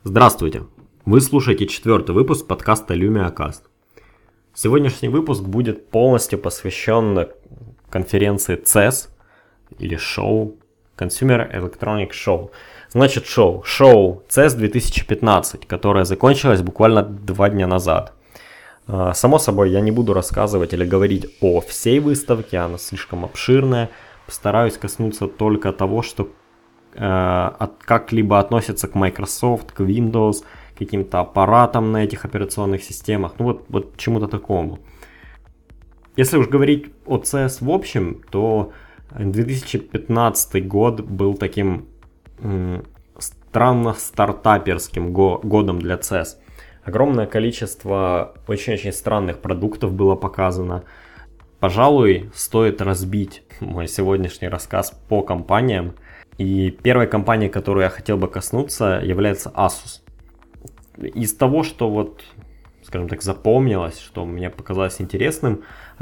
Здравствуйте! Вы слушаете 4-й выпуск подкаста LumiaCast. Сегодняшний выпуск будет полностью посвящен конференции CES или шоу Consumer Electronics Show. Значит, шоу CES 2015, которое закончилось буквально 2 дня назад. Само собой, я не буду рассказывать или говорить о всей выставке, она слишком обширная. Постараюсь коснуться только того, что как-либо относится к Microsoft, к Windows, к каким-то аппаратам на этих операционных системах, вот чему-то такому. Если уж говорить о CES в общем, то 2015 год был таким странно стартаперским годом для CES. Огромное количество очень-очень странных продуктов было показано. Пожалуй, стоит разбить мой сегодняшний рассказ по компаниям. И первой компанией, которую я хотел бы коснуться, является Asus. Из того, что скажем так, запомнилось, что мне показалось интересным,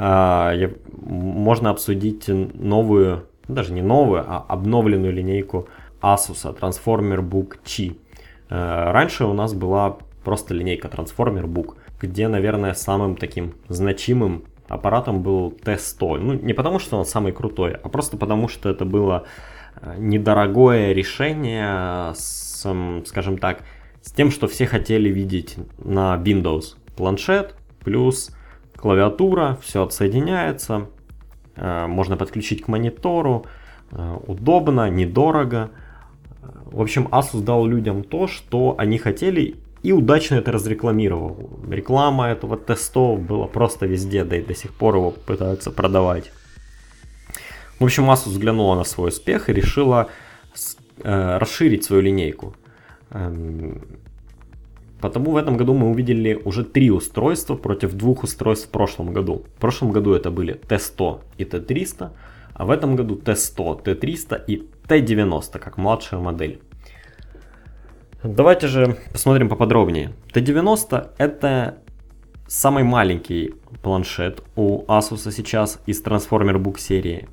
можно обсудить новую, даже не новую, а обновленную линейку Asus Transformer Book Qi. Раньше у нас была просто линейка Transformer Book, где, наверное, самым таким значимым аппаратом был T100. Ну, не потому, что он самый крутой, а просто потому, что это было недорогое решение скажем так, с тем, что все хотели видеть на Windows. Планшет плюс клавиатура, все отсоединяется, можно подключить к монитору, удобно, недорого. В общем, Asus дал людям то, что они хотели, и удачно это разрекламировал. Реклама этого T100 была просто везде, да и до сих пор его пытаются продавать. В общем, Asus взглянула на свой успех и решила расширить свою линейку. Потому в этом году мы увидели уже 3 устройства против 2 устройств в прошлом году. В прошлом году это были T100 и T300, а в этом году T100, T300 и T90 как младшая модель. Давайте же посмотрим поподробнее. T90 это самый маленький планшет у Asus сейчас из Transformer Book серии.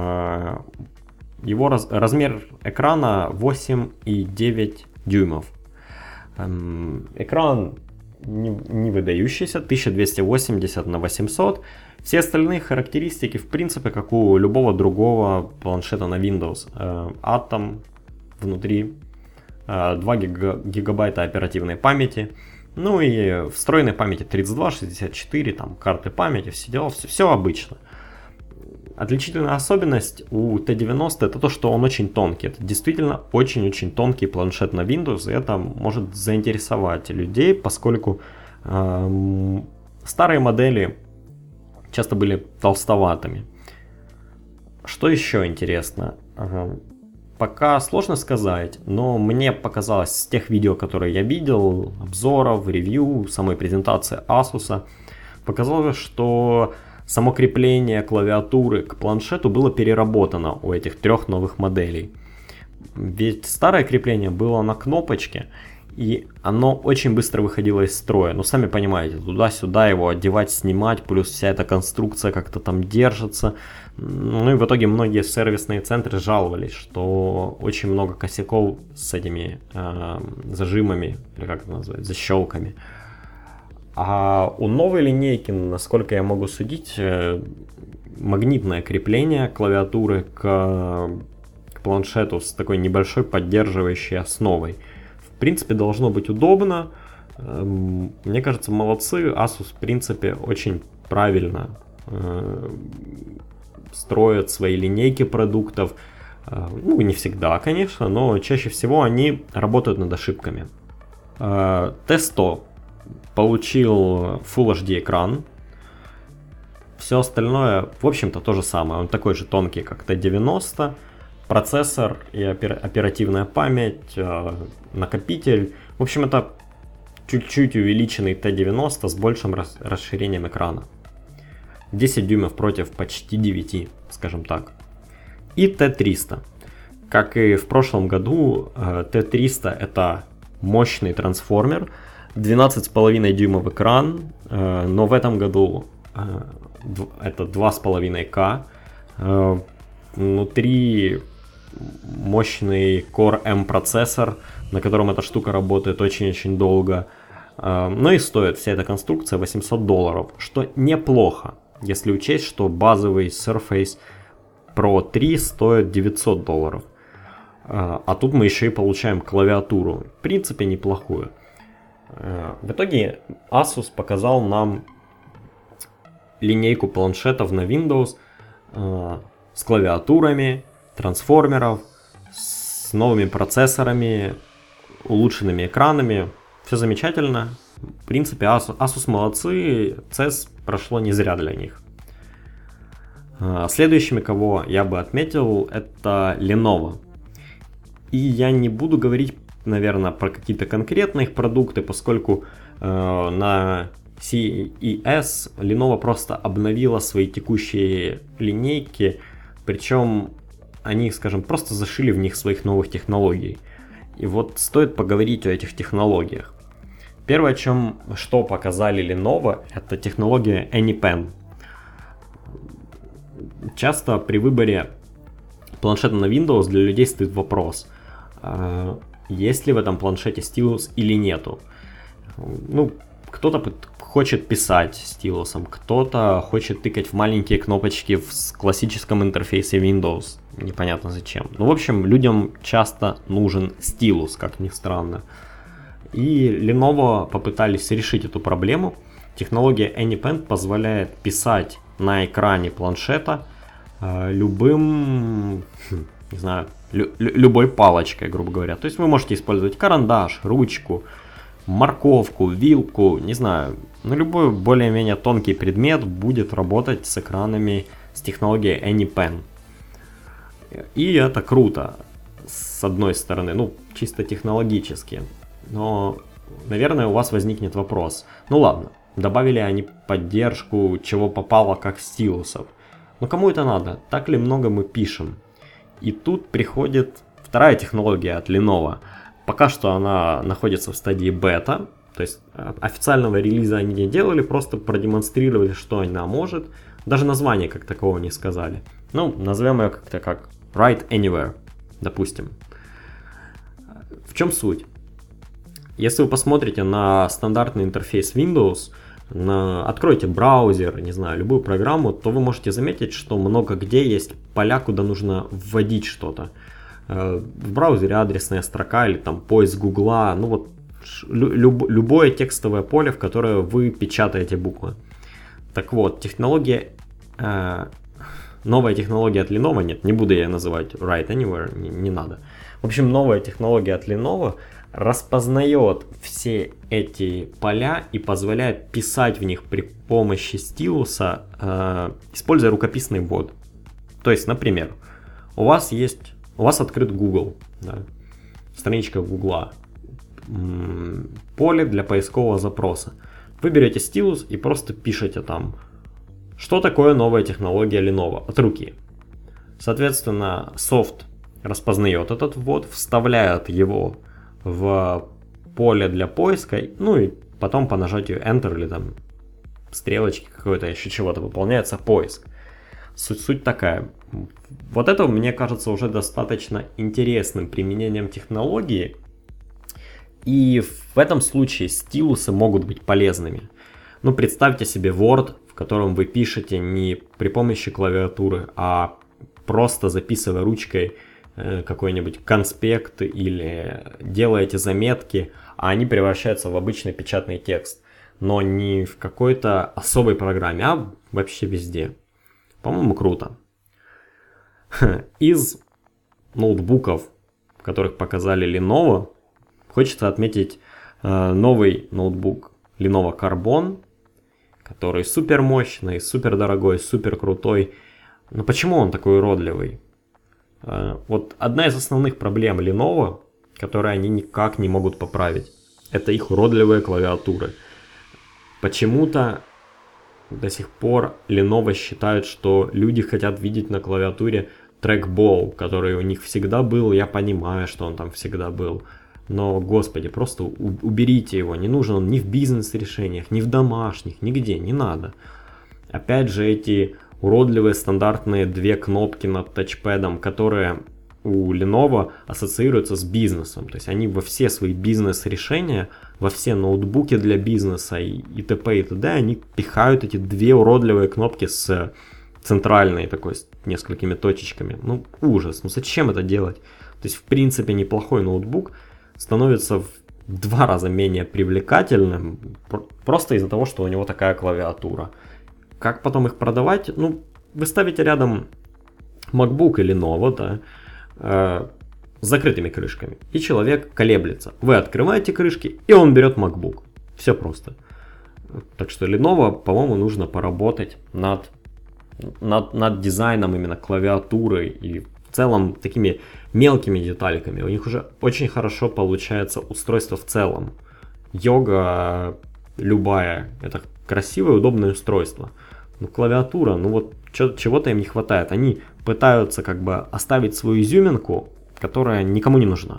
Его размер экрана 8,9 дюймов. Экран не выдающийся, 1280 на 800. Все остальные характеристики, в принципе, как у любого другого планшета на Windows. Atom внутри, 2 гигабайта оперативной памяти. Ну и встроенной памяти 32, 64, там карты памяти, все дела, все обычно. Отличительная особенность у T90 это то, что он очень тонкий. Это действительно очень-очень тонкий планшет на Windows, и это может заинтересовать людей, поскольку старые модели часто были толстоватыми. Что еще интересно? Пока сложно сказать, но мне показалось с тех видео, которые я видел, обзоров, ревью, самой презентации Asus, показалось, что само крепление клавиатуры к планшету было переработано у этих 3 новых моделей. Ведь старое крепление было на кнопочке, и оно очень быстро выходило из строя. Ну, сами понимаете, туда-сюда его одевать, снимать, плюс вся эта конструкция как-то там держится. Ну и в итоге многие сервисные центры жаловались, что очень много косяков с этими зажимами, или как это назвать, защелками. А у новой линейки, насколько я могу судить, магнитное крепление клавиатуры к планшету с такой небольшой поддерживающей основой. В принципе, должно быть удобно. Мне кажется, молодцы. Asus, в принципе, очень правильно строят свои линейки продуктов. Ну, не всегда, конечно, но чаще всего они работают над ошибками. T100 получил Full HD экран. Все остальное, в общем-то, то же самое. Он такой же тонкий, как T90. Процессор и оперативная память, накопитель. В общем, это чуть-чуть увеличенный T90 с большим расширением экрана. 10 дюймов против почти 9, скажем так. И T300. Как и в прошлом году, T300 это мощный трансформер. 12,5 дюймов экран, но в этом году это 2,5К. Внутри мощный Core M процессор на котором эта штука работает очень-очень долго. Но и стоит вся эта конструкция $800, что неплохо, если учесть, что базовый Surface Pro 3 стоит $900. А тут мы еще и получаем клавиатуру, в принципе неплохую. В итоге Asus показал нам линейку планшетов на Windows с клавиатурами, трансформеров, с новыми процессорами, улучшенными экранами. Все замечательно. В принципе, Asus молодцы, CES прошло не зря для них. Следующими, кого я бы отметил, это Lenovo. И я не буду говорить, наверное, про какие-то конкретные их продукты, поскольку на CES Lenovo просто обновила свои текущие линейки, причем они, скажем, просто зашили в них своих новых технологий. И вот стоит поговорить о этих технологиях. Первое, что показали Lenovo, это технология AnyPen. Часто при выборе планшета на Windows для людей стоит вопрос, есть ли в этом планшете стилус или нету. Ну, кто-то хочет писать стилусом, кто-то хочет тыкать в маленькие кнопочки в классическом интерфейсе Windows. Непонятно зачем. Ну, в общем, людям часто нужен стилус, как ни странно. И Lenovo попытались решить эту проблему. Технология AnyPen позволяет писать на экране планшета любым, не знаю, любой палочкой, грубо говоря. То есть вы можете использовать карандаш, ручку, морковку, вилку, не знаю, но любой более-менее тонкий предмет будет работать с экранами с технологией AnyPen. И это круто, с одной стороны, ну, чисто технологически. Но, наверное, у вас возникнет вопрос. Ну ладно, добавили они поддержку чего попало, как стилусов. Но кому это надо? Так ли много мы пишем? И тут приходит вторая технология от Lenovo. Пока что она находится в стадии бета. То есть официального релиза они не делали, просто продемонстрировали, что она может. Даже название как такового не сказали. Ну, назовем ее как-то как Write Anywhere, допустим. В чем суть? Если вы посмотрите на стандартный интерфейс Windows, откройте браузер, не знаю, любую программу, то вы можете заметить, что много где есть поля, куда нужно вводить что-то. В браузере адресная строка или там поиск Гугла, ну вот любое текстовое поле, в которое вы печатаете буквы. Так вот, новая технология от Lenovo, нет, не буду я называть Write Anywhere, не надо. В общем, новая технология от Lenovo распознает все эти поля и позволяет писать в них при помощи стилуса, используя рукописный ввод. То есть, например, у вас открыт Google, да, страничка Гугла, поле для поискового запроса. Вы берете стилус и просто пишете там, что такое новая технология Lenovo от руки. Соответственно, софт распознает этот ввод, вставляет его в поле для поиска, ну и потом по нажатию Enter или там стрелочки какой-то еще чего-то выполняется поиск. Суть такая. Вот это, мне кажется, уже достаточно интересным применением технологии. И в этом случае стилусы могут быть полезными. Ну, представьте себе Word, в котором вы пишете не при помощи клавиатуры, а просто записывая ручкой какой-нибудь конспект или делаете заметки, а они превращаются в обычный печатный текст. Но не в какой-то особой программе, а вообще везде. По-моему, круто. Из ноутбуков, которых показали Lenovo, хочется отметить новый ноутбук Lenovo Carbon, который супер мощный, супер дорогой, супер крутой. Но почему он такой уродливый? Вот одна из основных проблем Lenovo, которые они никак не могут поправить, это их уродливые клавиатуры. Почему-то до сих пор Lenovo считают, что люди хотят видеть на клавиатуре трекбол, который у них всегда был. Я понимаю, что он там всегда был. Но, господи, просто уберите его. Не нужен он ни в бизнес-решениях, ни в домашних, нигде, не надо. Опять же, эти уродливые стандартные две кнопки над тачпэдом, которые у Lenovo ассоциируется с бизнесом. То есть они во все свои бизнес-решения, во все ноутбуки для бизнеса и т.п. и т.д. они пихают эти две уродливые кнопки с центральной такой, с несколькими точечками. Ну, ужас. Ну, зачем это делать? То есть, в принципе, неплохой ноутбук становится в 2 раза менее привлекательным просто из-за того, что у него такая клавиатура. Как потом их продавать? Ну, вы ставите рядом MacBook или Lenovo, да, с закрытыми крышками, и человек колеблется. Вы открываете крышки, и он берет MacBook. Все просто. Так что Lenovo, по-моему, нужно поработать над дизайном именно клавиатуры и в целом такими мелкими детальками. У них уже очень хорошо получается устройство в целом. Йога любая, это красивое, удобное устройство. Но клавиатура, ну вот чего-то им не хватает. Они пытаются как бы оставить свою изюминку, которая никому не нужна.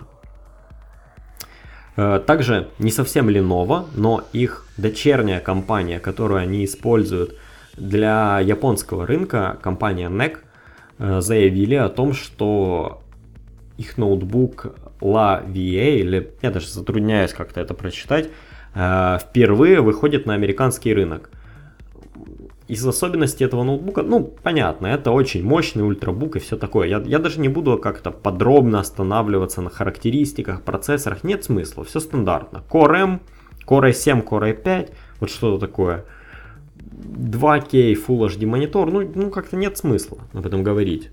Также не совсем Lenovo, но их дочерняя компания, которую они используют для японского рынка, компания NEC, заявили о том, что их ноутбук LaVA, или я даже затрудняюсь как-то это прочитать, впервые выходит на американский рынок. Из особенностей этого ноутбука, ну, понятно, это очень мощный ультрабук и все такое. Я даже не буду как-то подробно останавливаться на характеристиках, процессорах, нет смысла, все стандартно. Core M, Core i7, Core i5, вот что-то такое. 2K Full HD монитор, ну как-то нет смысла об этом говорить.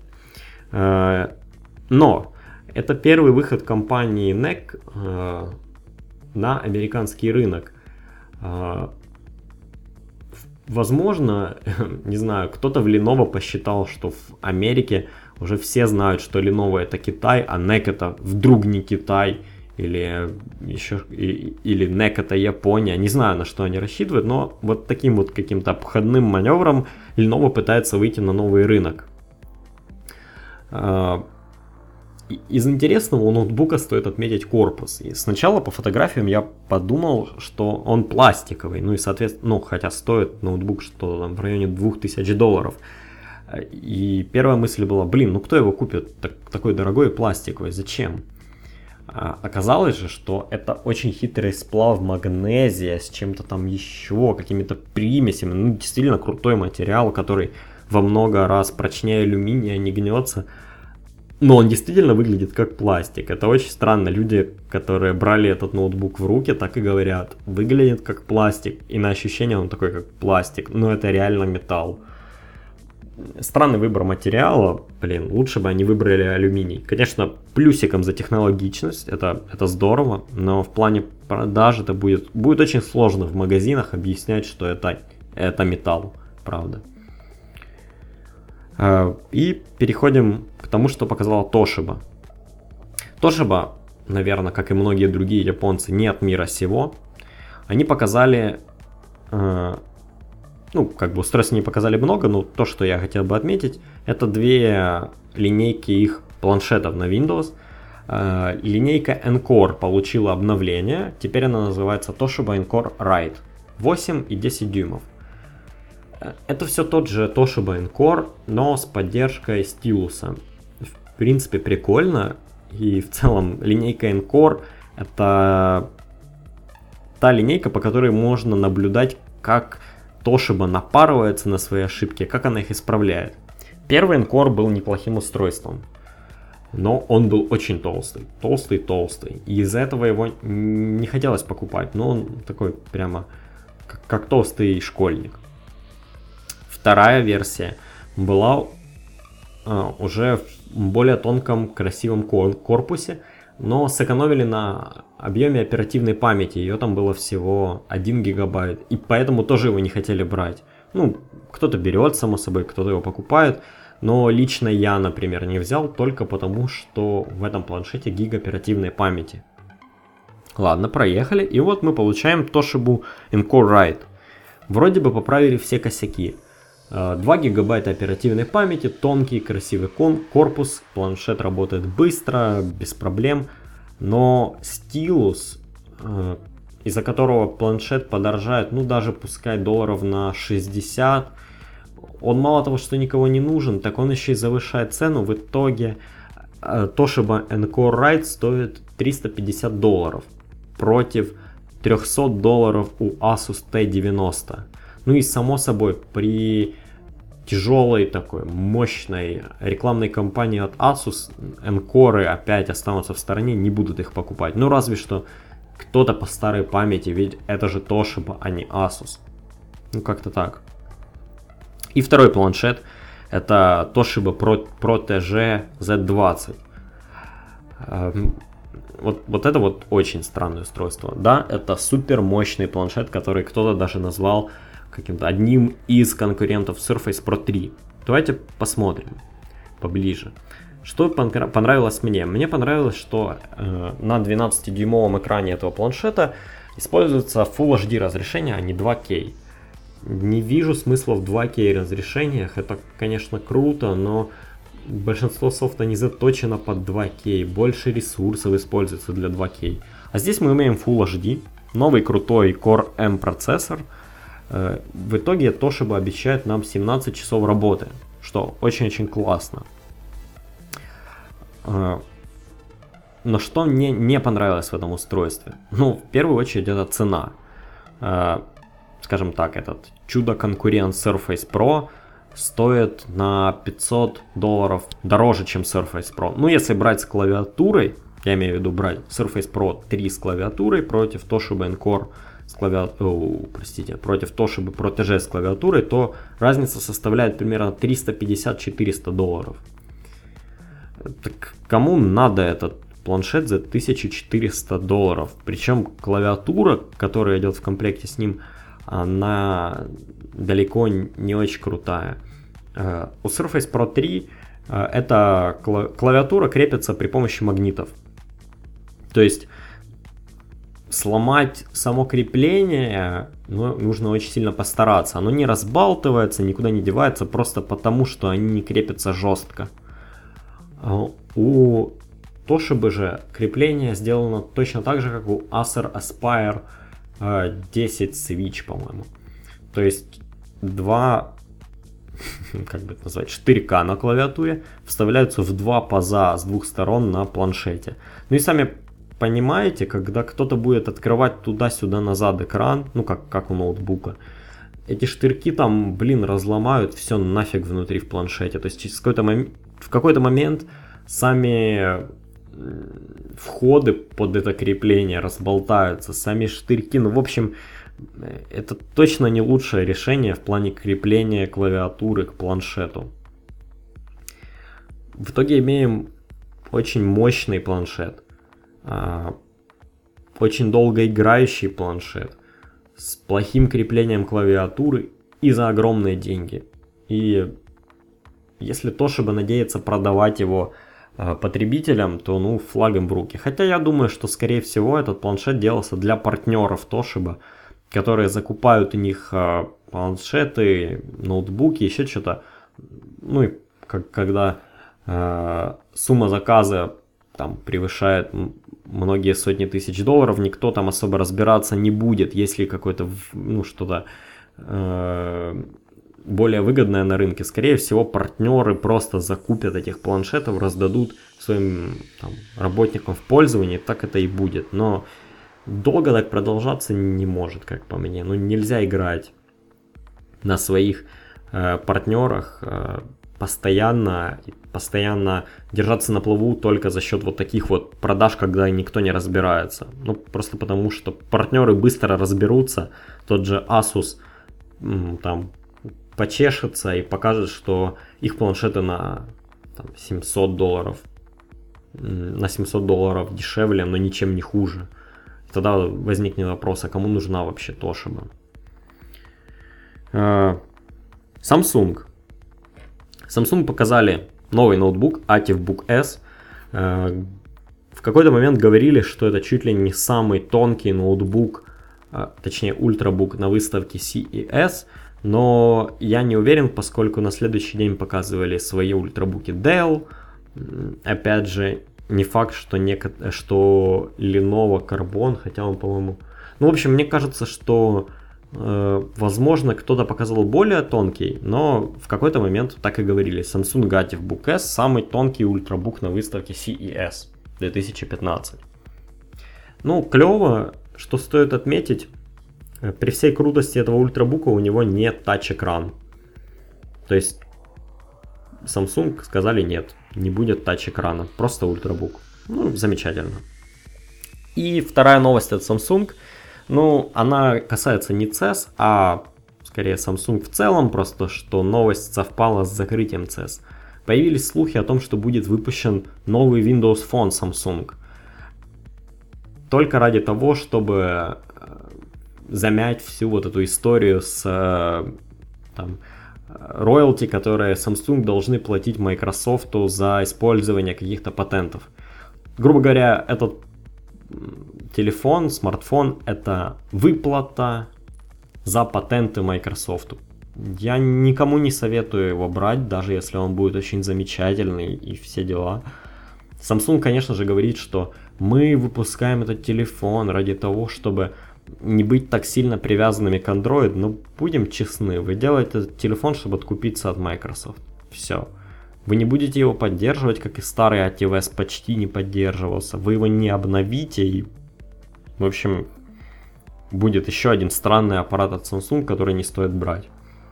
Но это первый выход компании NEC на американский рынок. Возможно, не знаю, кто-то в Lenovo посчитал, что в Америке уже все знают, что Lenovo это Китай, а NEC это вдруг не Китай, или NEC это Япония. Не знаю, на что они рассчитывают, но вот таким вот каким-то обходным маневром Lenovo пытается выйти на новый рынок. Из интересного у ноутбука стоит отметить корпус. И сначала по фотографиям я подумал, что он пластиковый. Ну и соответственно, ну хотя стоит ноутбук что там в районе $2000. И первая мысль была, блин, ну кто его купит такой дорогой и пластиковый, зачем? Оказалось же, что это очень хитрый сплав магнезия с чем-то там еще, какими-то примесями. Ну действительно крутой материал, который во много раз прочнее алюминия, не гнется. Но он действительно выглядит как пластик. Это очень странно. Люди, которые брали этот ноутбук в руки, так и говорят. Выглядит как пластик. И на ощущение он такой, как пластик. Но это реально металл. Странный выбор материала. Блин, лучше бы они выбрали алюминий. Конечно, плюсиком за технологичность. Это здорово. Но в плане продаж это будет очень сложно в магазинах объяснять, что это металл. Правда. И переходим к тому, что показала Toshiba. Toshiba, наверное, как и многие другие японцы, не от мира сего. Они показали, ну, как бы устройств не показали много, но то, что я хотел бы отметить, это 2 линейки их планшетов на Windows. Линейка Encore получила обновление, теперь она называется Toshiba Encore Ride, 8 и 10 дюймов. Это все тот же Toshiba Encore, но с поддержкой стилуса. В принципе, прикольно. И в целом линейка Encore это та линейка, по которой можно наблюдать, как Toshiba напарывается на свои ошибки, как она их исправляет. Первый Encore был неплохим устройством, но он был очень толстый. И из-за этого его не хотелось покупать. Но он такой прямо как толстый школьник. Вторая версия была уже в более тонком, красивом корпусе, но сэкономили на объеме оперативной памяти. Ее там было всего 1 гигабайт, и поэтому тоже его не хотели брать. Ну, кто-то берет, само собой, кто-то его покупает, но лично я, например, не взял только потому, что в этом планшете гиг оперативной памяти. Ладно, проехали, и вот мы получаем Toshiba Encore Ride. Вроде бы поправили все косяки. 2 гигабайта оперативной памяти, тонкий красивый корпус, планшет работает быстро, без проблем, но стилус, из-за которого планшет подорожает, ну даже пускай долларов на 60, он мало того, что никого не нужен, так он еще и завышает цену, в итоге Toshiba Encore Ride стоит $350 против $300 у Asus T90. Ну и само собой, при тяжелой такой мощной рекламной кампании от Asus, Encore опять останутся в стороне, не будут их покупать. Ну разве что кто-то по старой памяти, ведь это же Toshiba, а не Asus. Ну как-то так. И второй планшет, это Toshiba Protege Z20. Вот это вот очень странное устройство. Да, это супер мощный планшет, который кто-то даже назвал каким-то одним из конкурентов Surface Pro 3. Давайте посмотрим поближе. Что понравилось мне? Мне понравилось, что на 12-дюймовом экране этого планшета используется Full HD разрешение, а не 2К. Не вижу смысла в 2К разрешениях. Это, конечно, круто, но большинство софта не заточено под 2К. Больше ресурсов используется для 2К. А здесь мы имеем Full HD, новый крутой Core M процессор. В итоге Toshiba обещает нам 17 часов работы, что очень-очень классно. Но что мне не понравилось в этом устройстве? Ну, в первую очередь, это цена. Скажем так, этот чудо-конкурент Surface Pro стоит на $500 дороже, чем Surface Pro. Ну, если брать с клавиатурой, я имею в виду брать Surface Pro 3 с клавиатурой против Toshiba Encore с против Toshiba Protege с клавиатурой, то разница составляет примерно $350-400. Так кому надо этот планшет за $1400? Причем клавиатура, которая идет в комплекте с ним, она далеко не очень крутая. У Surface Pro 3 эта клавиатура крепится при помощи магнитов. То есть сломать само крепление нужно очень сильно постараться. Оно не разбалтывается, никуда не девается, просто потому что они не крепятся жестко. У Toshiba же крепление сделано точно так же, как у Acer Aspire 10 Switch, по-моему. То есть как бы это назвать, 4К на клавиатуре вставляются в два паза с двух сторон на планшете. Ну и сами понимаете, когда кто-то будет открывать туда-сюда назад экран, ну как у ноутбука, эти штырьки там, разломают все нафиг внутри в планшете. То есть в какой-то момент сами входы под это крепление разболтаются, сами штырьки. Ну, в общем, это точно не лучшее решение в плане крепления клавиатуры к планшету. В итоге имеем очень мощный планшет, очень долго играющий планшет с плохим креплением клавиатуры и за огромные деньги. И если Toshiba надеется продавать его потребителям, то флагом в руки. Хотя я думаю, что скорее всего этот планшет делался для партнеров Toshiba, которые закупают у них планшеты, ноутбуки, еще что-то. Ну и когда сумма заказа там превышает многие сотни тысяч долларов, никто там особо разбираться не будет, если какое-то что-то более выгодное на рынке. Скорее всего, партнеры просто закупят этих планшетов, раздадут своим работникам в пользование, так это и будет. Но долго так продолжаться не может, как по мне. Нельзя играть на своих партнерах постоянно держаться на плаву только за счет вот таких вот продаж, когда никто не разбирается. Просто потому, что партнеры быстро разберутся. Тот же Asus там почешется и покажет, что их планшеты на $700 дешевле, но ничем не хуже. Тогда возникнет вопрос, а кому нужна вообще Toshiba? Samsung показали новый ноутбук ATIV-Book S. В какой-то момент говорили, что это чуть ли не самый тонкий ноутбук, точнее ультрабук на выставке CES. Но я не уверен, поскольку на следующий день показывали свои ультрабуки Dell. Опять же, не факт, что Lenovo Carbon, хотя он, по-моему... в общем, мне кажется, что Возможно, кто-то показал более тонкий, но в какой-то момент так и говорили. Samsung Gativ Book S самый тонкий ультрабук на выставке CES 2015. Ну, клево, что стоит отметить, при всей крутости этого ультрабука у него нет тач-экран. То есть Samsung сказали нет, не будет тач-экрана, просто ультрабук. Ну, замечательно. И вторая новость от Samsung. Ну, она касается не CES, а скорее Samsung в целом, просто что новость совпала с закрытием CES. Появились слухи о том, что будет выпущен новый Windows Phone Samsung. Только ради того, чтобы замять всю вот эту историю с там, роялти, которые Samsung должны платить Microsoft за использование каких-то патентов. Грубо говоря, этот телефон, смартфон — это выплата за патенты Microsoft. Я никому не советую его брать, даже если он будет очень замечательный и все дела. Samsung, конечно же, говорит, что мы выпускаем этот телефон ради того, чтобы не быть так сильно привязанными к Android, но будем честны, вы делаете этот телефон, чтобы откупиться от Microsoft. Все. Вы не будете его поддерживать, как и старый iOS почти не поддерживался. Вы его не обновите и, в общем, будет еще один странный аппарат от Samsung, который не стоит брать.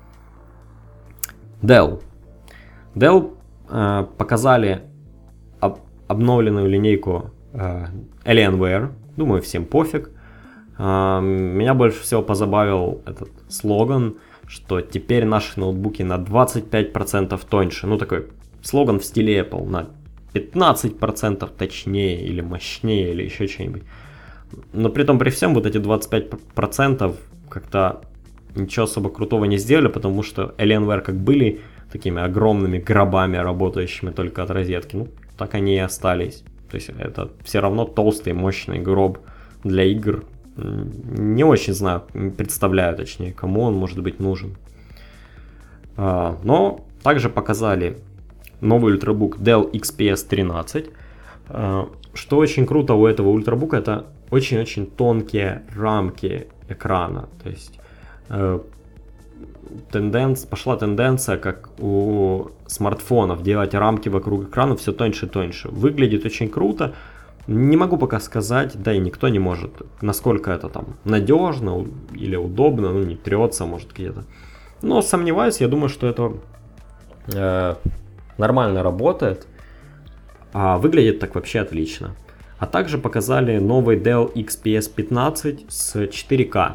Dell. Dell показали обновленную линейку Alienware. Думаю, всем пофиг. Меня больше всего позабавил этот слоган, что теперь наши ноутбуки на 25% тоньше. Ну, такой слоган в стиле Apple, на 15% точнее или мощнее или еще что-нибудь. Но при том, при всем, вот эти 25% как-то ничего особо крутого не сделали, потому что Alienware как были такими огромными гробами, работающими только от розетки, ну, так они и остались. То есть это все равно толстый, мощный гроб для игр. Не очень знаю, представляю точнее, кому он может быть нужен. Но также показали новый ультрабук Dell XPS 13. Что очень круто у этого ультрабука, это очень-очень тонкие рамки экрана. То есть пошла тенденция, как у смартфонов, делать рамки вокруг экрана все тоньше и тоньше. Выглядит очень круто. Не могу пока сказать, да и никто не может, насколько это там надежно или удобно, ну не трется, может, где-то. Но сомневаюсь, я думаю, что это нормально работает. А выглядит так вообще отлично. А также показали новый Dell XPS 15 с 4К.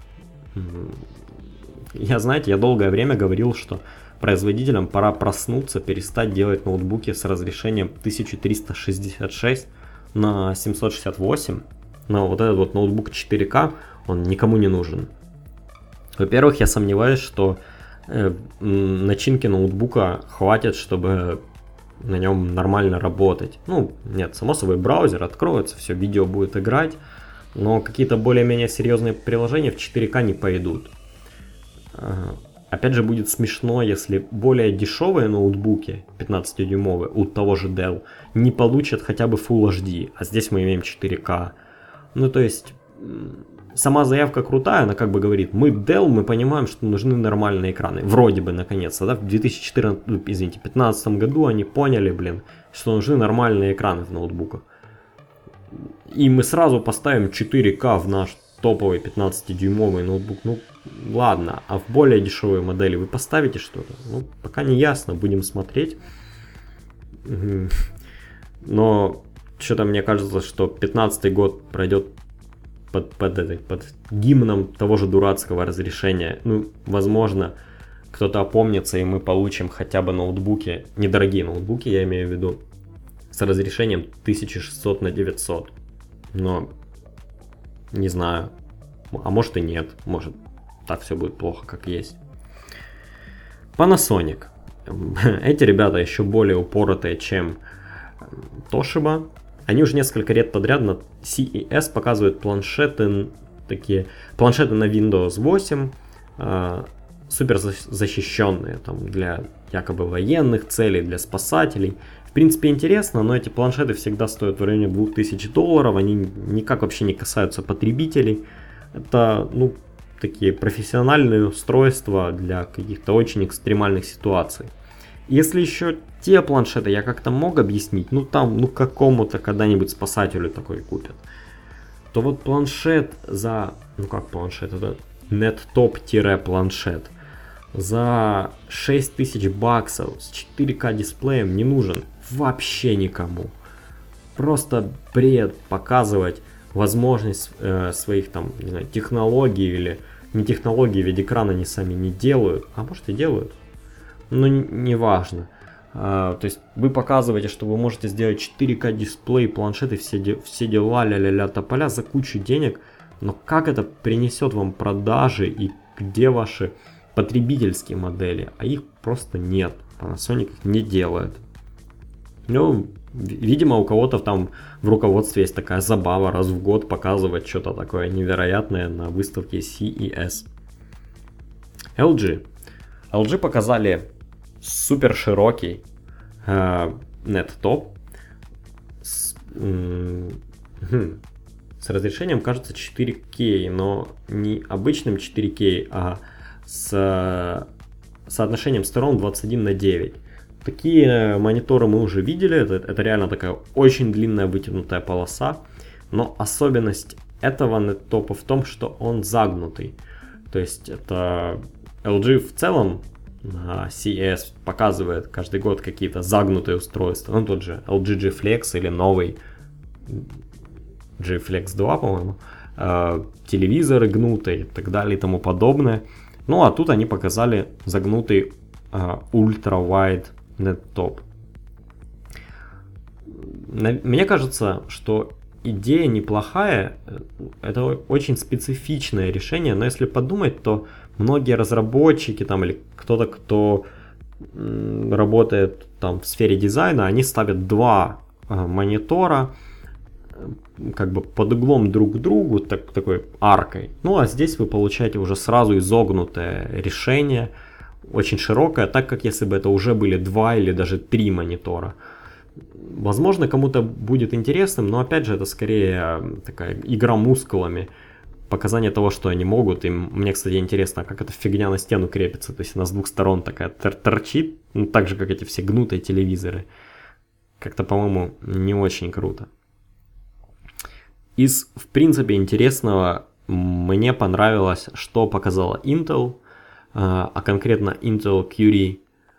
Я долгое время говорил, что производителям пора проснуться, перестать делать ноутбуки с разрешением 1366 на 768, но вот этот вот ноутбук 4К, он никому не нужен. Во-первых, я сомневаюсь, что начинки ноутбука хватит, чтобы на нем нормально работать. Ну, нет, само собой, браузер откроется, все, видео будет играть, но какие-то более-менее серьезные приложения в 4К не пойдут. Опять же, будет смешно, если более дешевые ноутбуки 15-дюймовые у того же Dell не получат хотя бы Full HD, а здесь мы имеем 4К. Ну, то есть, сама заявка крутая, она как бы говорит, мы Dell, мы понимаем, что нужны нормальные экраны. Вроде бы, наконец-то, да, в 2015 году они поняли, что нужны нормальные экраны в ноутбуках. И мы сразу поставим 4К в наш топовый 15-дюймовый ноутбук. Ну, ладно, а в более дешевые модели вы поставите что-то? Ну, пока не ясно, будем смотреть. Но что-то мне кажется, что 15-й год пройдет под гимном того же дурацкого разрешения. Ну, возможно, кто-то опомнится, и мы получим хотя бы ноутбуки, недорогие ноутбуки, я имею в виду, с разрешением 1600 на 900. Но не знаю. А может и нет. Может так все будет плохо, как есть. Panasonic. Эти ребята еще более упоротые, чем Toshiba. Они уже несколько лет подряд на CES показывают планшеты на Windows 8, супер защищенные там, для якобы военных целей, для спасателей. В принципе, интересно, но эти планшеты всегда стоят в районе $2000, они никак вообще не касаются потребителей. Это, такие профессиональные устройства для каких-то очень экстремальных ситуаций. Если еще те планшеты я как-то мог объяснить, ну там, ну какому-то когда-нибудь спасателю такой купят, то вот планшет за, ну как планшет, это NetTop-планшет за 6000 баксов с 4К дисплеем не нужен вообще никому. Просто бред показывать возможность своих там, не знаю, технологий или не технологий, ведь экран они сами не делают, а может и делают, но не важно. То есть вы показываете, что вы можете сделать 4К дисплей, планшеты, все дела, ля-ля-ля, тополя за кучу денег, но как это принесет вам продажи и где ваши потребительские модели, а их просто нет, Panasonic их не делает. Ну, видимо, у кого-то там в руководстве есть такая забава раз в год показывать что-то такое невероятное на выставке CES. LG показали супер широкий NetTop с разрешением, кажется, 4К, но не обычным 4К, а с соотношением сторон 21:9. Такие мониторы мы уже видели, это реально такая очень длинная вытянутая полоса, но особенность этого NetTop в том, что он загнутый. То есть это LG в целом на CES показывает каждый год какие-то загнутые устройства. Ну тот же LG G Flex или новый G Flex 2, по-моему, телевизоры гнутые и так далее и тому подобное. Ну а тут они показали загнутый ультра-wide NetTop. Мне кажется, что идея неплохая, это очень специфичное решение, но если подумать, то многие разработчики там или кто-то, кто работает там в сфере дизайна, они ставят два монитора как бы под углом друг к другу, такой аркой. Ну а здесь вы получаете уже сразу изогнутое решение, очень широкое, так как если бы это уже были 2 или даже 3 монитора. Возможно, кому-то будет интересным, но опять же это скорее такая игра мускулами, показание того, что они могут. И мне, кстати, интересно, как эта фигня на стену крепится. То есть она с двух сторон такая торчит, ну, так же, как эти все гнутые телевизоры. Как-то, по-моему, не очень круто. Из, в принципе, интересного мне понравилось, что показала Intel, а конкретно Intel Curie.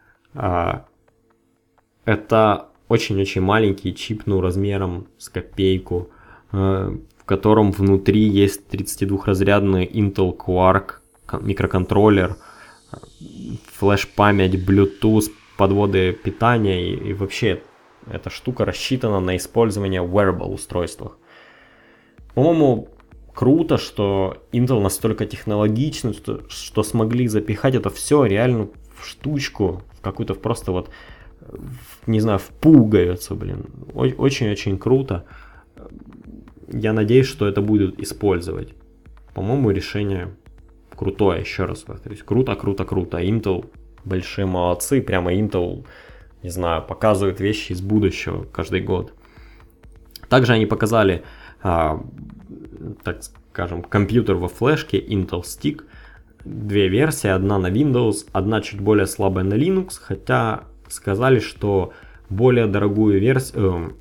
Это очень-очень маленький чип, ну, размером с копейку, в котором внутри есть 32-разрядный Intel Quark микроконтроллер, флеш-память, Bluetooth, подводы питания и вообще эта штука рассчитана на использование в wearable устройствах. По-моему, круто, что Intel настолько технологичный, что смогли запихать это все реально в штучку, в какую-то просто вот, не знаю, в пуговицу, блин. Очень-очень круто. Я надеюсь, что это будут использовать. По-моему, решение крутое, еще раз повторюсь. Круто. Intel большие молодцы. Прямо Intel, не знаю, показывает вещи из будущего каждый год. Также они показали, так скажем, компьютер во флешке Intel Stick. Две версии, одна на Windows, одна чуть более слабая на Linux, хотя сказали, что более дорогую версию,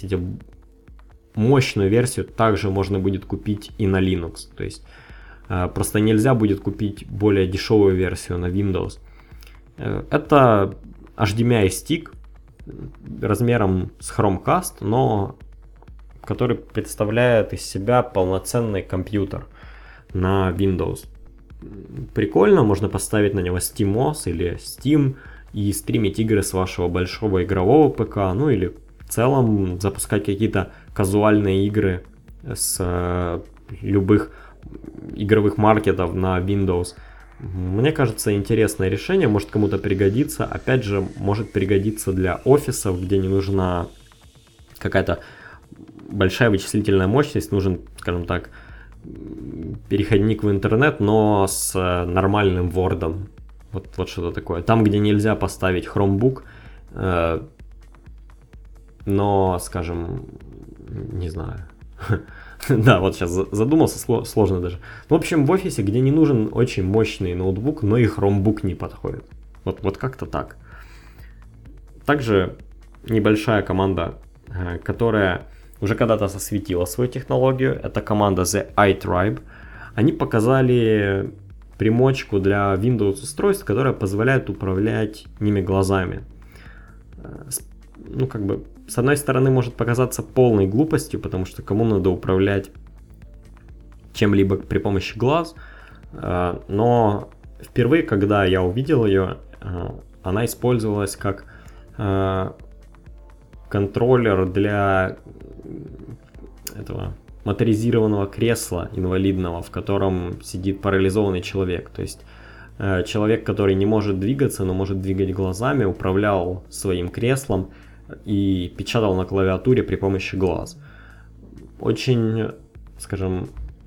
мощную версию также можно будет купить и на Linux. То есть просто нельзя будет купить более дешевую версию на Windows. Это HDMI стик размером с Chromecast, но который представляет из себя полноценный компьютер на Windows. Прикольно, можно поставить на него SteamOS или Steam и стримить игры с вашего большого игрового ПК, ну или в целом запускать какие-то казуальные игры с любых игровых маркетов на Windows. Мне кажется, интересное решение, может кому-то пригодится. Опять же, может пригодиться для офисов, где не нужна какая-то большая вычислительная мощность, нужен, скажем так, переходник в интернет, но с нормальным Word. Вот что-то такое. Там, где нельзя поставить Chromebook, но, скажем, не знаю, Да, вот сейчас задумался, сложно даже. В общем, в офисе, где не нужен очень мощный ноутбук, но и хромбук не подходит. Вот как-то так. Также небольшая команда, которая уже когда-то засветила свою технологию, это команда The iTribe. Они показали примочку для Windows устройств, которая позволяет управлять ними глазами. Ну, как бы, с одной стороны, может показаться полной глупостью, потому что кому надо управлять чем-либо при помощи глаз, но впервые, когда я увидел ее, она использовалась как контроллер для этого моторизированного кресла инвалидного, в котором сидит парализованный человек. То есть человек, который не может двигаться, но может двигать глазами, управлял своим креслом и печатал на клавиатуре при помощи глаз. Очень, скажем,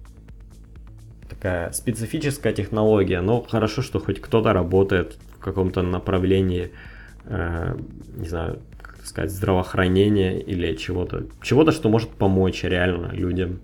такая специфическая технология, но хорошо, что хоть кто-то работает в каком-то направлении, не знаю, как сказать, здравоохранения или чего-то, что может помочь реально людям.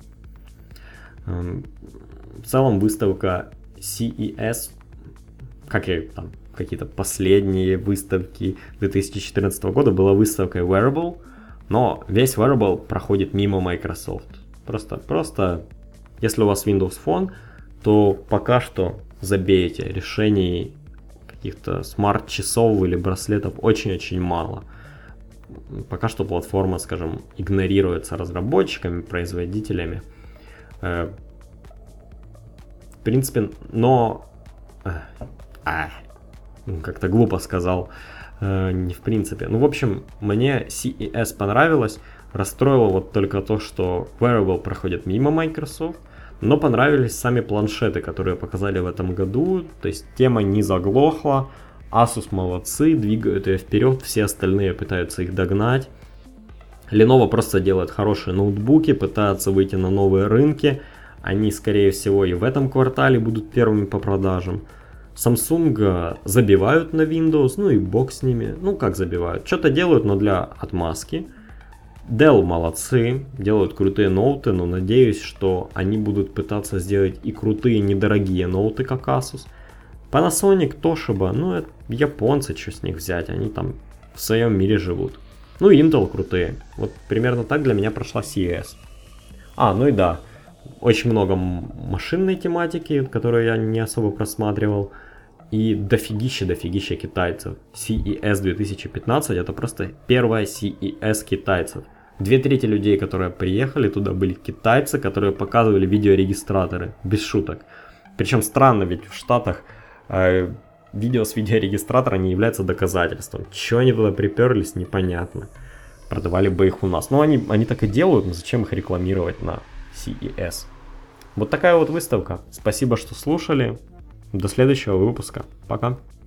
В целом выставка CES, как и там какие-то последние выставки 2014 года, была выставкой Wearable, но весь Wearable проходит мимо Microsoft. Просто если у вас Windows Phone, то пока что забейте, решений каких-то смарт-часов или браслетов очень-очень мало. Пока что платформа, скажем, игнорируется разработчиками, производителями. В принципе, но... как-то глупо сказал. Не в принципе. Ну, в общем, мне CES понравилось. Расстроило вот только то, что Wearable проходит мимо Microsoft. Но понравились сами планшеты, которые показали в этом году. То есть тема не заглохла. Asus молодцы, двигают ее вперед. Все остальные пытаются их догнать. Lenovo просто делает хорошие ноутбуки, пытаются выйти на новые рынки. Они, скорее всего, и в этом квартале будут первыми по продажам. Samsung забивают на Windows, ну и бог с ними. Ну как забивают? Что-то делают, но для отмазки. Dell молодцы, делают крутые ноуты, но надеюсь, что они будут пытаться сделать и крутые недорогие ноуты, как Asus. Panasonic, Toshiba, ну это японцы, что с них взять, они там в своем мире живут. Ну и Intel крутые. Вот примерно так для меня прошла CES. Ну и да, очень много машинной тематики, которую я не особо просматривал. И дофигища китайцев. CES 2015 это просто первая CES китайцев. 2/3 людей, которые приехали туда, были китайцы, которые показывали видеорегистраторы. Без шуток. Причем странно, ведь в Штатах видео с видеорегистратора не является доказательством. Чего они туда приперлись, непонятно. Продавали бы их у нас. Но они так и делают, но зачем их рекламировать на CES? Вот такая вот выставка. Спасибо, что слушали. До следующего выпуска. Пока.